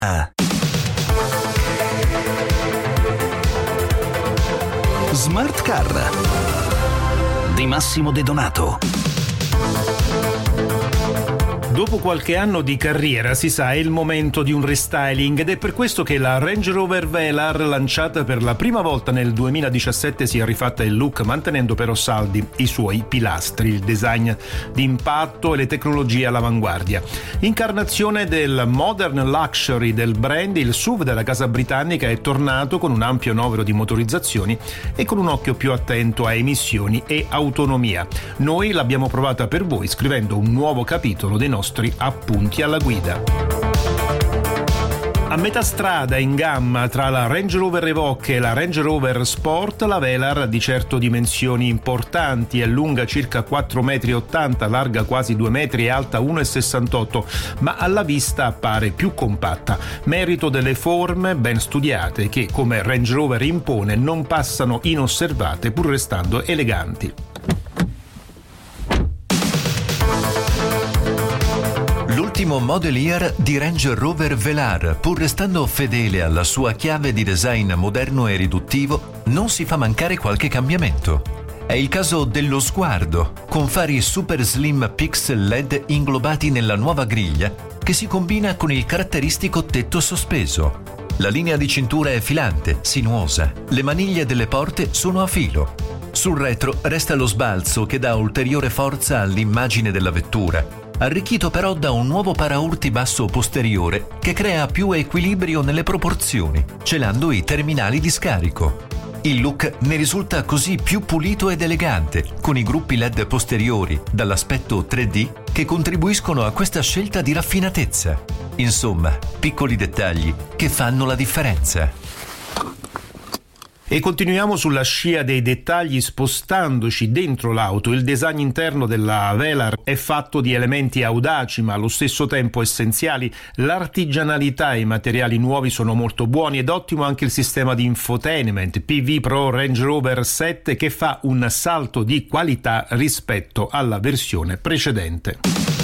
Smart Car di Massimo De Donato. Dopo qualche anno di carriera, si sa, è il momento di un restyling ed è per questo che la Range Rover Velar, lanciata per la prima volta nel 2017, si è rifatta il look, mantenendo però saldi i suoi pilastri, il design di impatto e le tecnologie all'avanguardia. Incarnazione del modern luxury del brand, il SUV della casa britannica è tornato con un ampio novero di motorizzazioni e con un occhio più attento a emissioni e autonomia. Noi l'abbiamo provata per voi scrivendo un nuovo capitolo dei nostri appunti alla guida. A metà strada in gamma tra la Range Rover Evoque e la Range Rover Sport, la Velar ha di certo dimensioni importanti, è lunga circa 4,80 m, larga quasi 2 metri e alta 1,68 m, ma alla vista appare più compatta, merito delle forme ben studiate che, come Range Rover impone, non passano inosservate pur restando eleganti. L'ultimo model year di Range Rover Velar, pur restando fedele alla sua chiave di design moderno e riduttivo, non si fa mancare qualche cambiamento. È il caso dello sguardo, con fari super slim pixel LED inglobati nella nuova griglia, che si combina con il caratteristico tetto sospeso. La linea di cintura è filante, sinuosa, le maniglie delle porte sono a filo. Sul retro resta lo sbalzo che dà ulteriore forza all'immagine della vettura, arricchito però da un nuovo paraurti basso posteriore che crea più equilibrio nelle proporzioni, celando i terminali di scarico. Il look ne risulta così più pulito ed elegante, con i gruppi LED posteriori dall'aspetto 3D che contribuiscono a questa scelta di raffinatezza. Insomma, piccoli dettagli che fanno la differenza. E continuiamo sulla scia dei dettagli spostandoci dentro l'auto. Il design interno della Velar è fatto di elementi audaci ma allo stesso tempo essenziali. L'artigianalità e i materiali nuovi sono molto buoni ed ottimo anche il sistema di infotainment PV Pro Range Rover 7 che fa un salto di qualità rispetto alla versione precedente.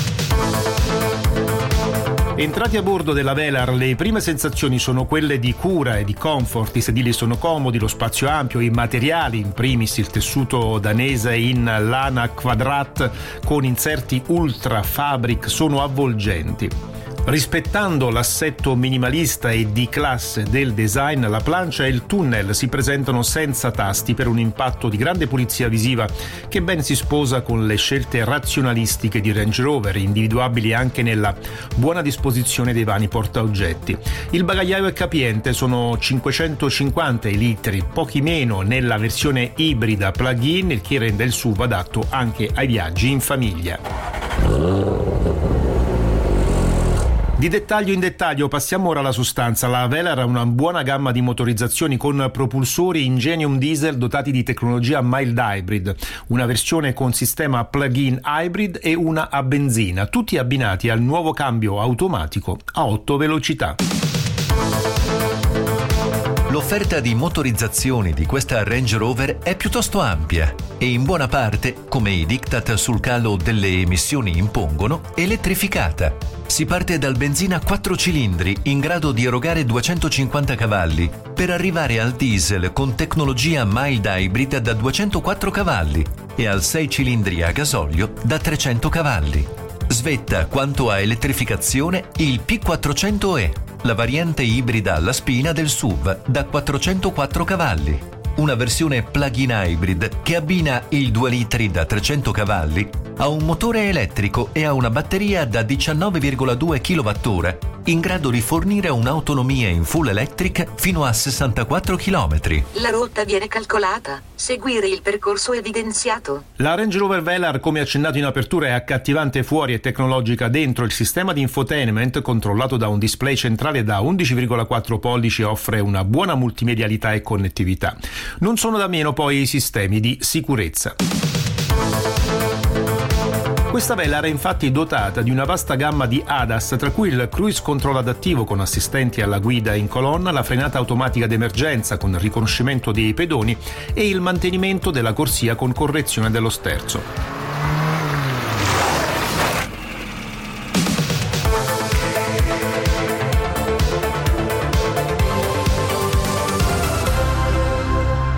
Entrati a bordo della Velar, le prime sensazioni sono quelle di cura e di comfort. I sedili sono comodi, lo spazio ampio, i materiali, in primis il tessuto danese in lana Quadrat con inserti Ultra Fabric, sono avvolgenti. Rispettando l'assetto minimalista e di classe del design, la plancia e il tunnel si presentano senza tasti per un impatto di grande pulizia visiva che ben si sposa con le scelte razionalistiche di Range Rover, individuabili anche nella buona disposizione dei vani portaoggetti. Il bagagliaio è capiente, sono 550 litri, pochi meno nella versione ibrida plug-in, il che rende il SUV adatto anche ai viaggi in famiglia. Di dettaglio in dettaglio passiamo ora alla sostanza. La Velar ha una buona gamma di motorizzazioni con propulsori Ingenium diesel dotati di tecnologia mild hybrid, una versione con sistema plug-in hybrid e una a benzina, tutti abbinati al nuovo cambio automatico a 8 velocità. L'offerta di motorizzazioni di questa Range Rover è piuttosto ampia e in buona parte, come i diktat sul calo delle emissioni impongono, elettrificata. Si parte dal benzina 4 cilindri in grado di erogare 250 cavalli per arrivare al diesel con tecnologia mild hybrid da 204 cavalli e al 6 cilindri a gasolio da 300 cavalli. Svetta quanto a elettrificazione il P400e, la variante ibrida alla spina del SUV da 404 cavalli. Una versione plug-in hybrid che abbina il 2 litri da 300 cavalli a un motore elettrico e a una batteria da 19,2 kWh in grado di fornire un'autonomia in full electric fino a 64 km. La rotta viene calcolata, seguire il percorso evidenziato. La Range Rover Velar, come accennato in apertura, è accattivante fuori e tecnologica dentro. Il sistema di infotainment, controllato da un display centrale da 11,4 pollici, offre una buona multimedialità e connettività. Non sono da meno poi i sistemi di sicurezza. Questa Velar è infatti dotata di una vasta gamma di ADAS, tra cui il cruise control adattivo con assistenti alla guida in colonna, la frenata automatica d'emergenza con riconoscimento dei pedoni e il mantenimento della corsia con correzione dello sterzo.